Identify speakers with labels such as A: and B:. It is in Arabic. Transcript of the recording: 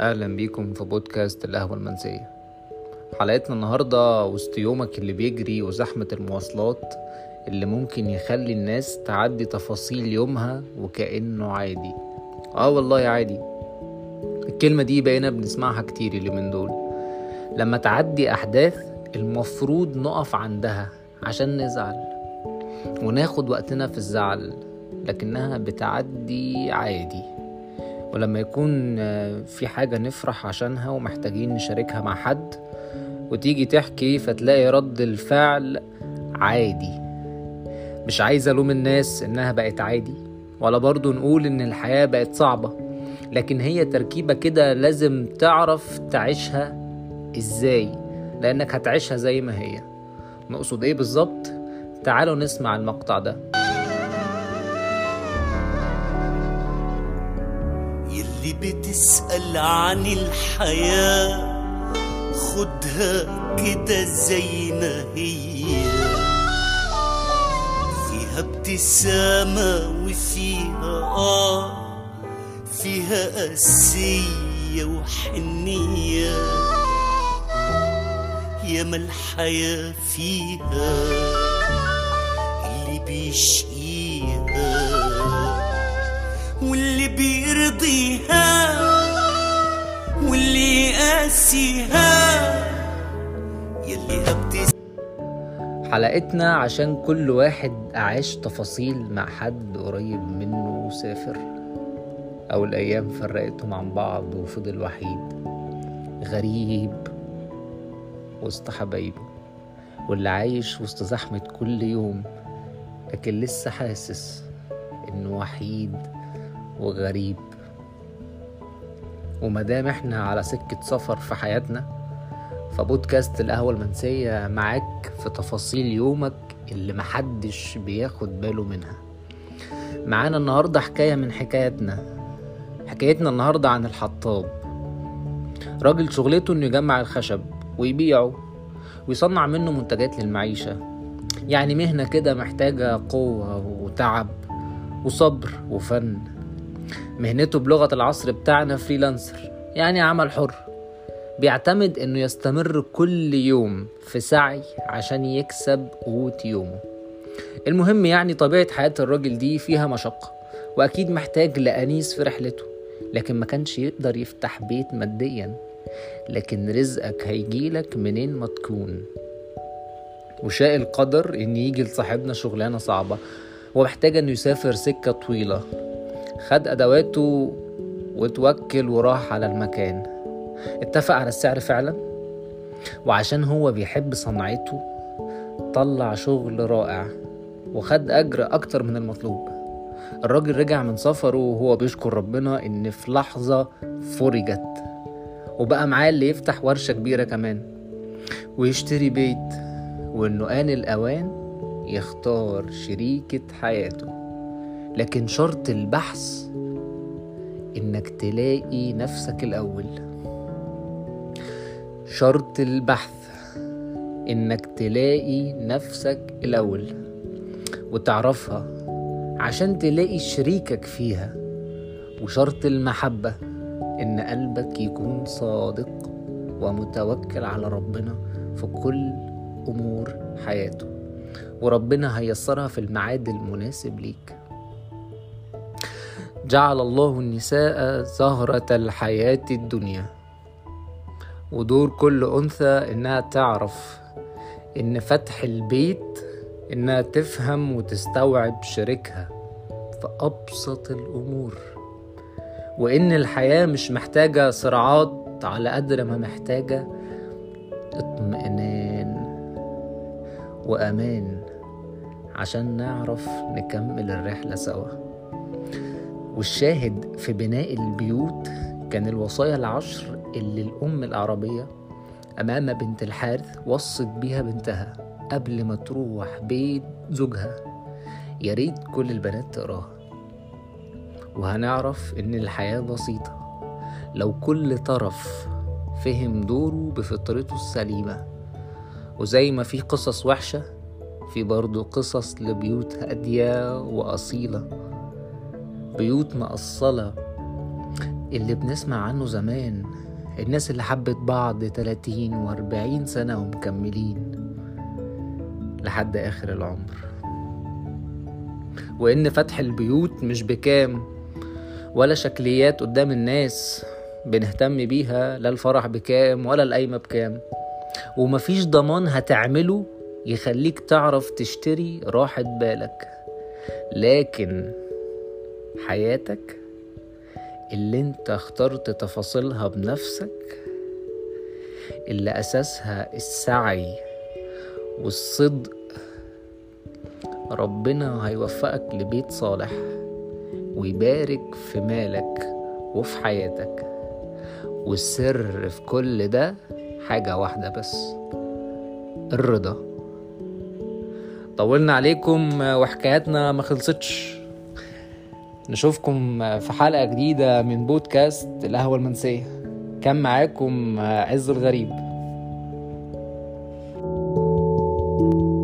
A: أهلا بيكم في بودكاست القهوة المنزلية. حلقتنا النهاردة وسط يومك اللي بيجري وزحمة المواصلات اللي ممكن يخلي الناس تعدي تفاصيل يومها وكأنه عادي. والله عادي. الكلمة دي بقينا بنسمعها كتير اليومين دول. لما تعدي أحداث المفروض نقف عندها عشان نزعل وناخد وقتنا في الزعل، لكنها بتعدي عادي. ولما يكون في حاجة نفرح عشانها ومحتاجين نشاركها مع حد وتيجي تحكي فتلاقي رد الفعل عادي. مش عايز ألوم الناس إنها بقت عادي، ولا برضو نقول إن الحياة بقت صعبة، لكن هي تركيبة كده لازم تعرف تعيشها إزاي، لأنك هتعيشها زي ما هي. نقصد إيه بالظبط؟ تعالوا نسمع المقطع ده.
B: يلي بتسأل عن الحياة خدها كده زي ما هي، فيها ابتسامة وفيها فيها قاسية وحنية، ياما الحياة فيها اللي بيشقيها واللي بيرضيها واللي قاسيها يلي
A: حلقتنا عشان كل واحد عاش تفاصيل مع حد قريب منه وسافر، أو الأيام فرقتهم عن بعض وفضل وحيد غريب وسط حبايبه، واللي عايش وسط زحمة كل يوم لكن لسه حاسس إنه وحيد وغريب. ومدام احنا على سكة سفر في حياتنا، فبودكاست القهوة المنسية معاك في تفاصيل يومك اللي محدش بياخد باله منها. معانا النهاردة حكاية من حكايتنا النهاردة عن الحطاب، راجل شغلته انه يجمع الخشب ويبيعه ويصنع منه منتجات للمعيشة. يعني مهنة كده محتاجة قوة وتعب وصبر وفن. مهنته بلغة العصر بتاعنا فريلانسر، يعني عمل حر، بيعتمد انه يستمر كل يوم في سعي عشان يكسب قوت يومه. المهم يعني طبيعة حياة الراجل دي فيها مشقة، واكيد محتاج لأنيس في رحلته، لكن ما كانش يقدر يفتح بيت ماديا. لكن رزقك هيجيلك منين ما تكون. وشاء القدر ان يجي لصاحبنا شغلانة صعبة ومحتاج انه يسافر سكة طويلة. خد ادواته وتوكل وراح على المكان. اتفق على السعر فعلا، وعشان هو بيحب صنعته طلع شغل رائع وخد اجر اكتر من المطلوب. الراجل رجع من سفره وهو بيشكر ربنا ان في لحظة فرجت، وبقى معاه اللي يفتح ورشة كبيرة كمان ويشتري بيت، وانه آن الأوان يختار شريكة حياته. لكن شرط البحث انك تلاقي نفسك الأول. شرط البحث انك تلاقي نفسك الأول وتعرفها عشان تلاقي شريكك فيها. وشرط المحبة ان قلبك يكون صادق ومتوكل على ربنا في كل امور حياته، وربنا هيسرها في الميعاد المناسب ليك. جعل الله النساء زهرة الحياة الدنيا، ودور كل أنثى إنها تعرف إن فتح البيت إنها تفهم وتستوعب شريكها في أبسط الأمور، وإن الحياة مش محتاجة صراعات على قدر ما محتاجة اطمئنان وأمان عشان نعرف نكمل الرحلة سوا. والشاهد في بناء البيوت كان الوصايا العشر اللي الأم العربية أمام بنت الحارث وصت بيها بنتها قبل ما تروح بيت زوجها. ياريت كل البنات تقراها، وهنعرف إن الحياة بسيطة لو كل طرف فهم دوره بفطرته السليمة. وزي ما في قصص وحشة، في برضو قصص لبيوت هادية وأصيلة، بيوت مقصلة اللي بنسمع عنه زمان، الناس اللي حبت بعض 30 و40 سنة ومكملين لحد آخر العمر. وإن فتح البيوت مش بكام ولا شكليات قدام الناس بنهتم بيها، لا الفرح بكام ولا القايمة بكام، ومفيش ضمان هتعمله يخليك تعرف تشتري راحة بالك. لكن حياتك اللي انت اخترت تفاصيلها بنفسك، اللي أساسها السعي والصدق، ربنا هيوفقك لبيت صالح ويبارك في مالك وفي حياتك. والسر في كل ده حاجة واحدة بس، الرضا. طولنا عليكم وحكاياتنا ما خلصتش. نشوفكم في حلقة جديدة من بودكاست القهوة المنسية. كان معاكم عز الغريب.